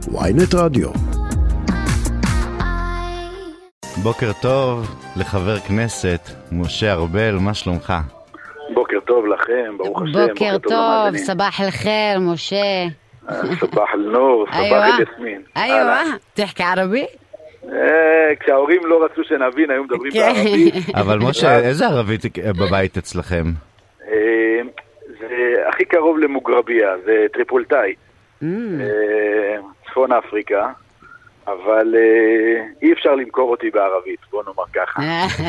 ynet רדיו. בוקר טוב לחבר כנסת משה ארבל, מה שלומך? בוקר טוב לכם, ברוך השם. בוקר טוב, סבח אל-חיר משה. סבח אל-נור, סבח אל-יסמין. איואה, תחכי ערבי? כשההורים לא רצו שנבין, היו מדברים בערבית. אבל משה, איזה ערבית בבית אצלכם? זה הכי קרוב למוגרביה, זה טריפולטאי. צפון אפריקה. אבל אי אפשר למכור אותי בערבית, בוא נאמר ככה.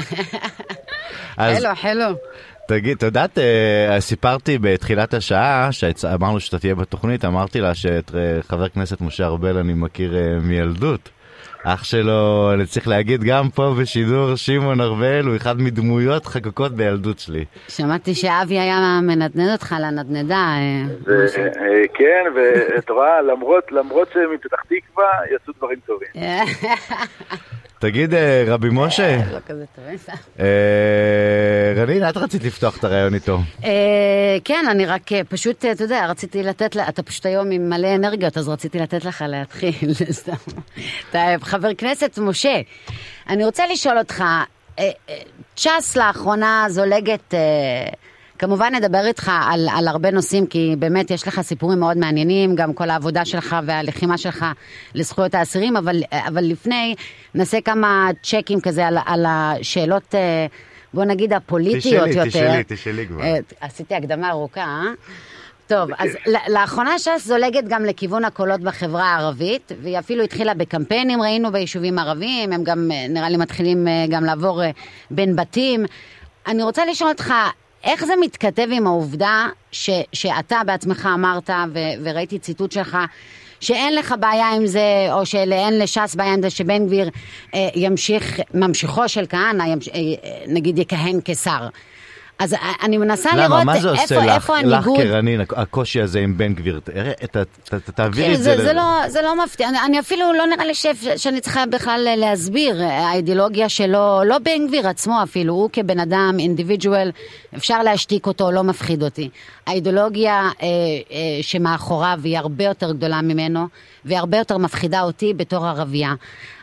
חלו. תגיד, אתה יודעת, סיפרתי בתחילת השעה, שאמרנו שאתה תהיה בתוכנית, אמרתי לה שאת חבר כנסת משה ארבל אני מכיר מילדות. אח שלו, אני צריך להגיד גם פה בשידור, שמעון ארבל הוא אחד מדמויות חקוקות בילדות שלי. שמעתי שאבי היה מנדנד אותך לנדנדה. כן, ואת רואה, למרות שמפתח תקווה יצאו דברים טובים. תגיד, רבי משה, לא כזה טוב. רנין, את רצית לפתוח את הרעיון איתו? כן, אני רק פשוט, אתה יודע, רציתי לתת, אתה פשוט היום עם מלא אנרגיות, אז רציתי לתת לך להתחיל. חבר כנסת משה, אני רוצה לשאול אותך, צ'אס לאחרונה זולגת, כמובן נדבר איתך על הרבה נושאים, כי באמת יש לך סיפורים מאוד מעניינים, גם כל העבודה שלך והלחימה שלך לזכויות האסירים, אבל לפני נעשה כמה צ'קים כזה על השאלות, בוא נגיד הפוליטיות יותר. תשאלי כבר. עשיתי הקדמה ארוכה, טוב, אז לאחרונה ש"ס זולגת גם לכיוון הקולות בחברה הערבית, והיא אפילו התחילה בקמפיינים, ראינו ביישובים ערביים, הם גם נראה לי מתחילים גם לעבור בין בתים. אני רוצה לשאול אותך, איך זה מתכתב עם העובדה שאתה בעצמך אמרת, וראיתי ציטוט שלך, שאין לך בעיה עם זה, או שאין לש"ס בעיה עם זה, שבן גביר ממשיכו של כהנא, נגיד יכהן כשר. אז אני מנסה לראות איפה הניגוד. למה זה עושה לך כרנין, הקושי הזה עם בן גביר? תעבירי את זה. זה לא מפתיע. אני אפילו לא נראה לי שאני צריכה בכלל להסביר. האידיאולוגיה שלו, לא בן גביר עצמו אפילו, הוא כבן אדם, אינדיבידואל, אפשר להשתיק אותו, לא מפחיד אותי. האידיאולוגיה שמאחוריו היא הרבה יותר גדולה ממנו, והיא הרבה יותר מפחידה אותי בתור ערבייה.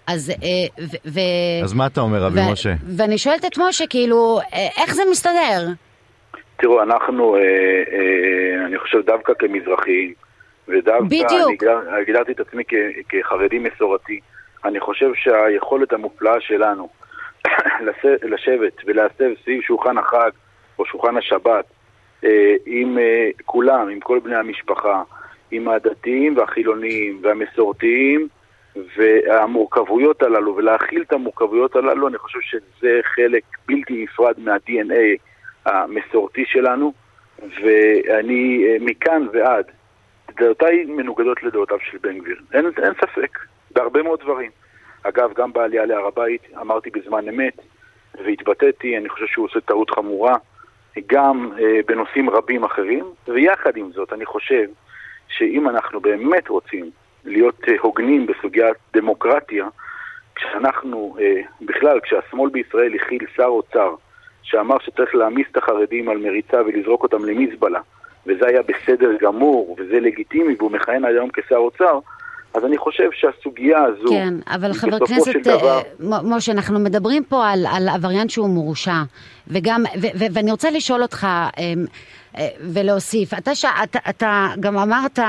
אז מה אתה אומר, רבי משה? ואני שואלת את משה, כאילו, איך זה מסתדר? תראו, אנחנו, אני חושב דווקא כמזרחים, ודווקא אני הגדרתי את עצמי כחרדי מסורתי, אני חושב שהיכולת המופלאה שלנו לשבת ולהסב סביב שולחן החג או שולחן השבת, עם כולם, עם כל בני המשפחה, עם הדתיים והחילוניים והמסורתיים, והמורכבויות הללו, ולהכיל את המורכבויות הללו, אני חושב שזה חלק בלתי נפרד מה-DNA המסורתי שלנו, ואני מכאן ועד, דעותיי מנוגדות לדעותיו של בן גביר. אין ספק, בהרבה מאוד דברים. אגב, גם בעלייה להר הבית, אמרתי בזמן אמת, והתבטאתי, אני חושב שהוא עושה טעות חמורה, גם בנושאים רבים אחרים, ויחד עם זאת, אני חושב שאם אנחנו באמת רוצים להיות הוגנים בסוגיית דמוקרטיה, כשאנחנו, בכלל, כשהשמאל בישראל הכיל שר אוצר, שאמר שצריך להעמיס את החרדים על מריצה ולזרוק אותם למזבלה, וזה היה בסדר גמור, וזה לגיטימי, והוא מכהן היום כשר אוצר, אז אני חושב שהסוגיה הזו, כן, אבל חבר כנסת, משה, אנחנו מדברים פה על עבריין שהוא מורשע, ואני רוצה לשאול אותך, ולהוסיף, אתה גם אמרת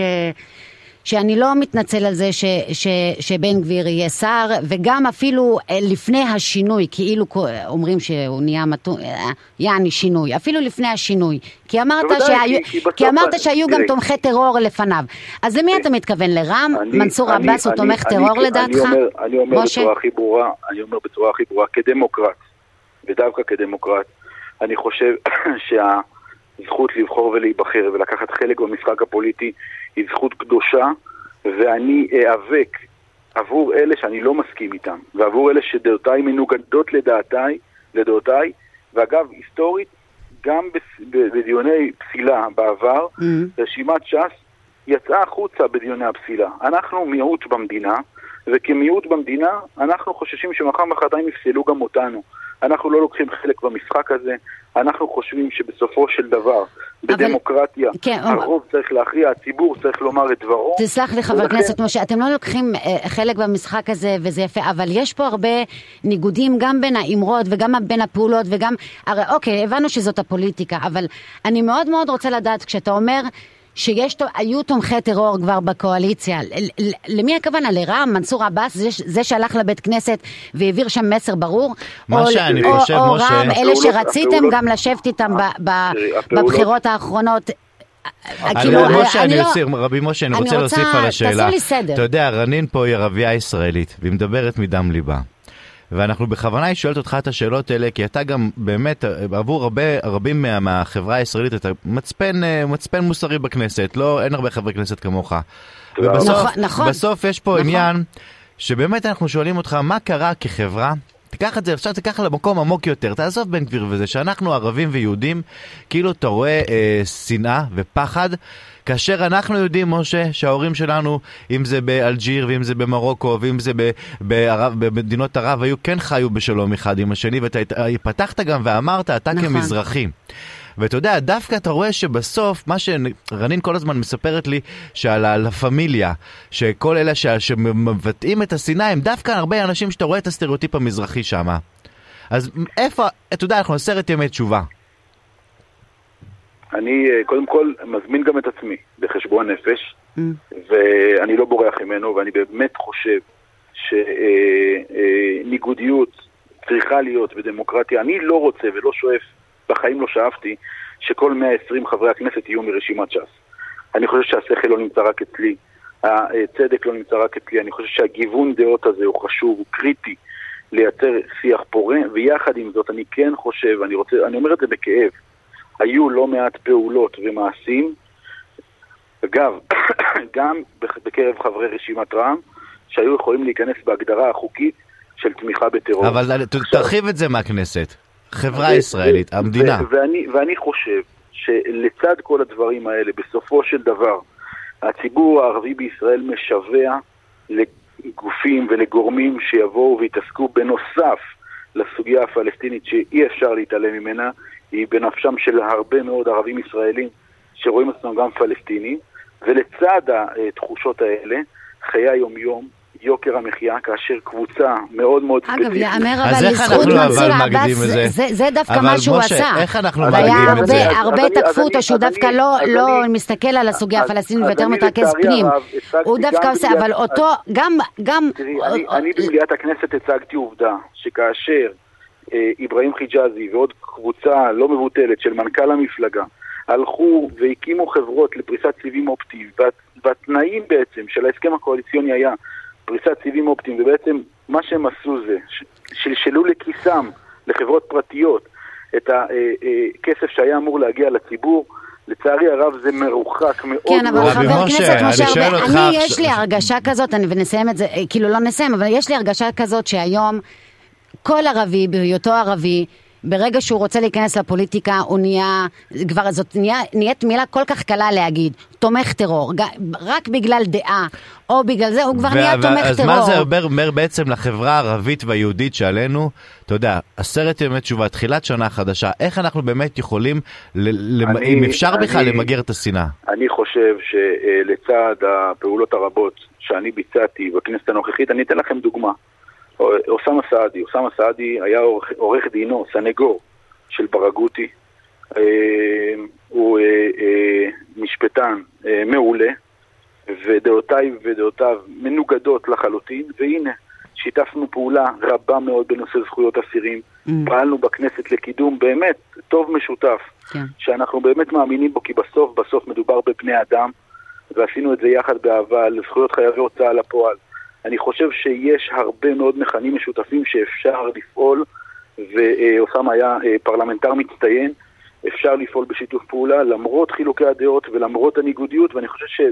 שאני לא מתנצל על זה שבן גביר יהיה שר, וגם אפילו לפני השינוי, כאילו אומרים שהוא נהיה יעני שינוי, אפילו לפני השינוי, כי אמרת שהיו גם תומכי טרור לפניו. אז למי אתה מתכוון? לרם? מנסור עבאס הוא תומך טרור לדעתך? אני אומר בצורה הכי ברורה, כדמוקרט, ודווקא כדמוקרט, אני חושב שהזכות לבחור ולהיבחר ולקחת חלק במשחק הפוליטי היא זכות קדושה, ואני איאבק עבור אלה שאני לא מסכים איתם, ועבור אלה שדעותיי מנוגדות לדעותיי, ואגב, היסטורית, גם בדיוני פסילה בעבר, רשימת ש"ס יצאה החוצה בדיוני הפסילה. אנחנו מיעוט במדינה, וכמיעוט במדינה אנחנו חוששים שמחר מחרתיים יפסלו גם אותנו. אנחנו לא לוקחים חלק במשחק הזה, אנחנו חושבים שבסופו של דבר, בדמוקרטיה, הרוב צריך להכריע, הציבור צריך לומר את דברו. תסלח לי חבר הכנסת משה, אתם לא לוקחים חלק במשחק הזה וזה יפה, אבל יש פה הרבה ניגודים גם בין האמרות וגם בין הפעולות וגם, הרי אוקיי, הבנו שזאת הפוליטיקה, אבל אני מאוד מאוד רוצה לדעת, כשאתה אומר שהיו תומכי טרור כבר בקואליציה, למי הכוונה? לרע"מ, מנסור עבאס, זה שהלך לבית כנסת והעביר שם מסר ברור? מה שאני חושב, או רע"מ, אלה שרציתם גם לשבת איתם בבחירות האחרונות? רבי משה, אני רוצה להוסיף על השאלה. תעשו לי סדר. אתה יודע, רנין פה היא ערבייה ישראלית, והיא מדברת מדם ליבה. ואנחנו בכוונה היא שואלת אותך את השאלות האלה, כי אתה גם באמת, עבור רבים מהחברה הישראלית, אתה מצפן מוסרי בכנסת, אין הרבה חברי כנסת כמוך. ובסוף יש פה עניין, שבאמת אנחנו שואלים אותך, מה קרה כחברה? תיקח את זה, עכשיו תיקח למקום עמוק יותר, תעזוב בן גביר וזה, שאנחנו ערבים ויהודים, כאילו אתה רואה שנאה ופחד, כאשר אנחנו יודעים, משה, שההורים שלנו, אם זה באלג'יר ואם זה במרוקו ואם זה במדינות ערב, כן חיו בשלום אחד עם השני, ואתה פתחת גם ואמרת, אתה כמזרחי. ואתה יודע, דווקא אתה רואה שבסוף, מה שרנין כל הזמן מספרת לי, שעל הפמיליה, שכל אלה שמבטאים את השנאה, הם דווקא הרבה אנשים שאתה רואה את הסטריאוטיפ המזרחי שם. אז איפה, אתה יודע, אנחנו 10 ימי תשובה. אני קודם כל מזמין גם את עצמי בחשבון נפש, ואני לא בורח ממנו, ואני באמת חושב שניגודיות צריכה להיות בדמוקרטיה. אני לא רוצה ולא שואף, בחיים לא שאפתי, שכל 120 חברי הכנסת יהיו מרשימת ש"ס. אני חושב שהשכל לא נמצא רק אצלי, הצדק לא נמצא רק אצלי, אני חושב שהגיוון דעות הזה הוא חשוב, הוא קריטי לייצר שיח פורה, ויחד עם זאת אני כן חושב, אני אומר את זה בכאב, היו לא מעט פעולות ומעשים, אגב, גם בקרב חברי רשימת רע"מ, שהיו יכולים להיכנס בהגדרה החוקית של תמיכה בטרור. אבל תרחיב את זה מהכנסת, חברה ישראלית, המדינה. ואני חושב שלצד כל הדברים האלה, בסופו של דבר, הציבור הערבי בישראל משווה לגופים ולגורמים שיבואו והתעסקו בנוסף לסוגיה הפלסטינית שאי אפשר להתעלם ממנה, היא בנפשם של הרבה מאוד ערבים ישראלים שרואים עצמם גם פלסטינים, ולצד התחושות האלה, חיי היום-יום, יוקר המחיה, כאשר קבוצה מאוד מאוד ספציפית. אגב, יאמר אבל לזכות מנסור עבאס, זה דווקא מה שהוא עשה. איך אנחנו מגדירים את זה? הרבה תקפו אותו שהוא דווקא לא מסתכל על הסוגיה הפלסטינית ויותר מתרכז פנים. הוא דווקא עושה, אבל אותו גם... תראי, אני במליאת הכנסת הצגתי עובדה, שכאשר איברהים חיג'אזי ועוד קבוצה לא מבוטלת של מנכ"ל המפלגה הלכו והקימו חברות לפריסת סיבים אופטיים, והתנאים בעצם של ההסכם הקואליציוני היה פריסת סיבים אופטיים, ובעצם מה שהם עשו זה שלשלו לכיסם לחברות פרטיות את הכסף שהיה אמור להגיע לציבור. לצערי הרב זה מרוחק מאוד. כן, אבל חבר כנסת משה הרבה, יש לי הרגשה כזאת, ונסיים את זה, כאילו לא נסיים, אבל יש לי הרגשה כזאת שהיום כל ערבי, בהיותו ערבי, ברגע שהוא רוצה להיכנס לפוליטיקה, הוא נהיה, כבר זאת נהיית מילה כל כך קלה להגיד, תומך טרור, רק בגלל דעה, או בגלל זה, הוא כבר נהיה תומך טרור. אז מה זה אומר בעצם לחברה הערבית והיהודית שעלינו, אתה יודע, 10 ימי תשובה, תחילת שנה חדשה, איך אנחנו באמת יכולים, אם אפשר בכלל למגר את השנאה? אני חושב שלצד הפעולות הרבות שאני ביצעתי בכנסת הנוכחית, אני אתן לכם דוגמה. אוסאמה סעדי היה עורך דינו, סנגור של ברגותי, הוא משפטן מעולה, ודעותיו מנוגדות לחלוטין, והנה, שיתפנו פעולה רבה מאוד בנושא זכויות אסירים, פעלנו בכנסת לקידום באמת טוב משותף, שאנחנו באמת מאמינים בו, כי בסוף מדובר בבני אדם, ועשינו את זה יחד באהבה לזכויות חייבי הוצאה לפועל. אני חושב שיש הרבה מאוד מכנים משותפים שאפשר לפעול, ואוסאמה היה פרלמנטר מצטיין, אפשר לפעול בשיתוף פעולה למרות חילוקי הדעות ולמרות הניגודיות, ואני חושב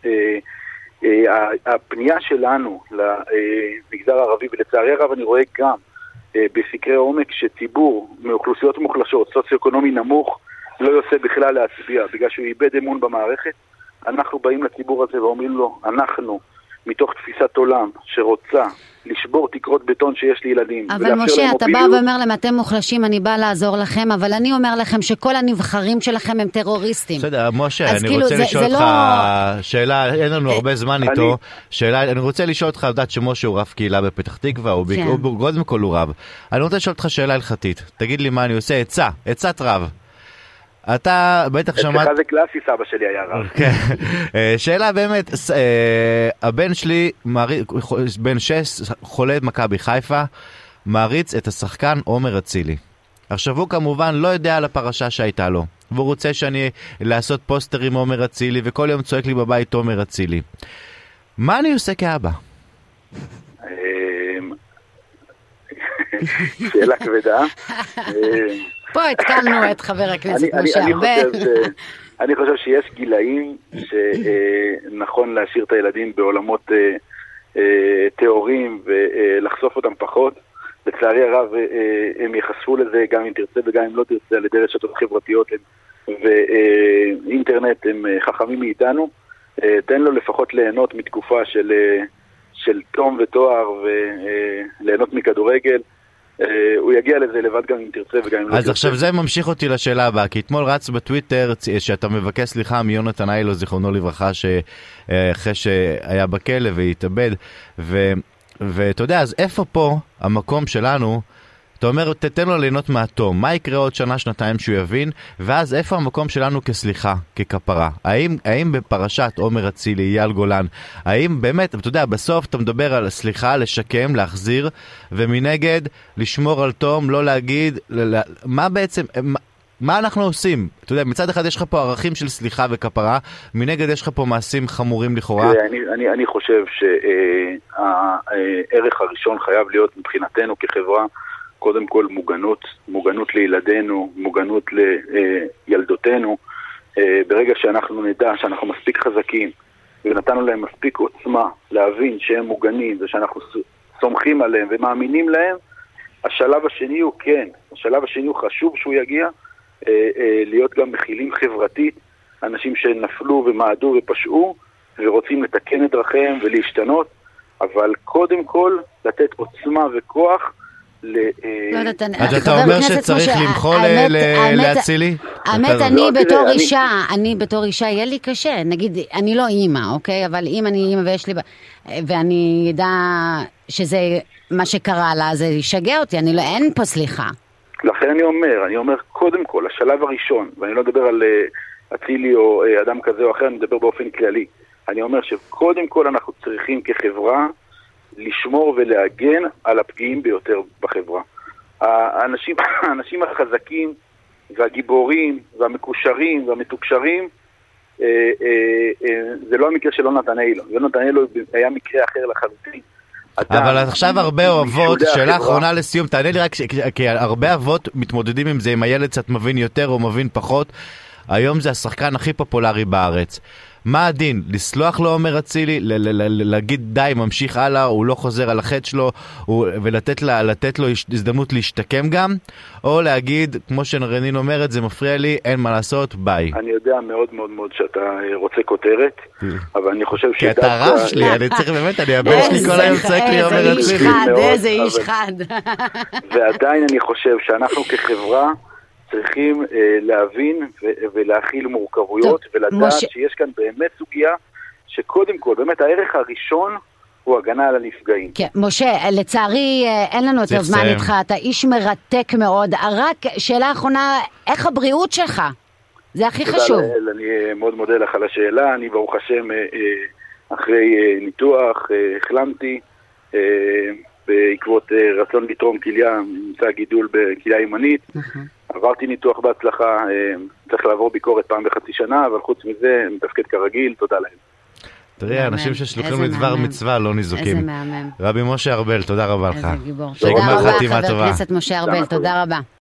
שהפנייה שלנו למגזר הערבי, ולצערי הרב אני רואה גם בסקרי עומק שציבור מאוכלוסיות מוחלשות, סוציו-אקונומי נמוך, לא יוצא בכלל להצביע, בגלל שהוא איבד אמון במערכת. אנחנו באים לציבור הזה ואומרים לו, אנחנו מתוך תפיסת עולם שרוצה לשבור תקרות בטון שיש לילדים. אבל משה, אתה בא ואומר להם, אתם מוחלשים, אני בא לעזור לכם, אבל אני אומר לכם שכל הנבחרים שלכם הם טרוריסטים. בסדר, משה, אני רוצה לשאול אותך שאלה, אין לנו הרבה זמן איתו, אני רוצה לשאול אותך, יודעת שמשה הוא רב קהילה בפתח תקווה, הוא קודם כל הוא רב. אני רוצה לשאול אותך שאלה הלכתית, תגיד לי מה אני עושה, עצת רב. אתה בטח שמעת... אצלך זה קלאסי, סבא שלי היה רב. שאלה באמת, הבן שלי, בן 6, חולה מכבי חיפה, מעריץ את השחקן עומר אצילי. עכשיו הוא כמובן לא יודע על הפרשה שהייתה לו, והוא רוצה שאני לעשות פוסטר עם עומר אצילי, וכל יום צועק לי בבית עומר אצילי. מה אני עושה כאבא? שאלה כבדה. פה התקלנו את חבר הכנסת משה ארבל. אני חושב שיש גילאים שנכון להשאיר את הילדים בעולמות תיאוריים ולחשוף אותם פחות. לצערי הרב הם יחשפו לזה גם אם תרצה וגם אם לא תרצה על ידי רשתות חברתיות ואינטרנט, הם חכמים מאיתנו. תן לו לפחות ליהנות מתקופה של תום ותואר וליהנות מכדורגל. הוא יגיע לזה לבד גם אם תרצה וגם אם לא תרצה. אז עכשיו זה ממשיך אותי לשאלה הבאה, כי אתמול רץ בטוויטר שאתה מבקש סליחה מיונתן איילו, זיכרונו לברכה, שאחרי שהיה בכלא והתאבד, ואתה יודע, אז איפה פה המקום שלנו, אתה אומר, תתן לו ליהנות מהתום, מה יקרה עוד שנה, שנתיים שהוא יבין, ואז איפה המקום שלנו כסליחה, ככפרה? האם בפרשת עומר אצילי, אייל גולן, האם באמת, אתה יודע, בסוף אתה מדבר על סליחה, לשקם, להחזיר, ומנגד, לשמור על תום, לא להגיד, מה בעצם, מה אנחנו עושים? אתה יודע, מצד אחד יש לך פה ערכים של סליחה וכפרה, מנגד יש לך פה מעשים חמורים לכאורה. אני חושב שהערך הראשון חייב להיות מבחינתנו כחברה, קודם כל מוגנות לילדינו, מוגנות לילדותינו. ברגע שאנחנו נדע שאנחנו מספיק חזקים ונתנו להם מספיק עוצמה להבין שהם מוגנים ושאנחנו סומכים עליהם ומאמינים להם, השלב השני הוא השלב השני הוא חשוב שהוא יגיע, להיות גם מכילים חברתית, אנשים שנפלו ומעדו ופשעו ורוצים לתקן את דרכיהם ולהשתנות, אבל קודם כל לתת עוצמה וכוח. אז אתה אומר שצריך למחול להצילי? האמת, אני בתור אישה יהיה לי קשה, נגיד, אני לא אימא, אוקיי? אבל אם אני אימא ויש לי, ואני ידע שזה מה שקרה לה, זה ישגע אותי, אין פה סליחה. לכן אני אומר קודם כל, השלב הראשון, ואני לא מדבר על אצילי או אדם כזה או אחר, אני מדבר באופן כללי. אני אומר שקודם כל אנחנו צריכים כחברה לשמור ולהגן על הפגיעים ביותר בחברה. האנשים החזקים והגיבורים והמקושרים והמתוקשרים, זה לא המקרה של יונתן איילו. יונתן איילו היה מקרה אחר לחלוטין. אבל עכשיו הרבה אבות, שאלה אחרונה לסיום, תענה לי רק, כי הרבה אבות מתמודדים עם זה, אם הילד קצת מבין יותר או מבין פחות, היום זה השחקן הכי פופולרי בארץ. מה הדין? לסלוח לו עומר אצילי, להגיד די, ממשיך הלאה, הוא לא חוזר על החטא שלו, ולתת לו הזדמנות להשתקם גם, או להגיד, כמו שרנין אומרת, זה מפריע לי, אין מה לעשות, ביי. אני יודע מאוד מאוד מאוד שאתה רוצה כותרת, אבל אני חושב כי אתה רב שלי, אני צריך באמת, אני הבן שלי כל היום צועק לי עומר אצילי. איזה איש חד. ועדיין אני חושב שאנחנו כחברה, צריכים להבין ולהכיל מורכבויות ולדעת שיש כאן באמת סוגיה שקודם כל, באמת הערך הראשון הוא הגנה על הנפגעים. כן, משה, לצערי אין לנו יותר זמן איתך, אתה איש מרתק מאוד. רק שאלה אחרונה, איך הבריאות שלך? זה הכי חשוב. אני מאוד מודה לך על השאלה, אני ברוך השם אחרי ניתוח החלמתי, בעקבות רצון לתרום כליה, נמצא גידול בכליה ימנית. עברתי ניתוח בהצלחה, צריך לעבור ביקורת פעם בחצי שנה, אבל חוץ מזה, מתפקד כרגיל, תודה להם. תראה, אנשים ששלוחים לדבר מצווה לא ניזוקים. איזה מהמם. רבי משה ארבל, תודה רבה לך. איזה גיבור. תודה רבה, חבר הכנסת משה ארבל, תודה רבה.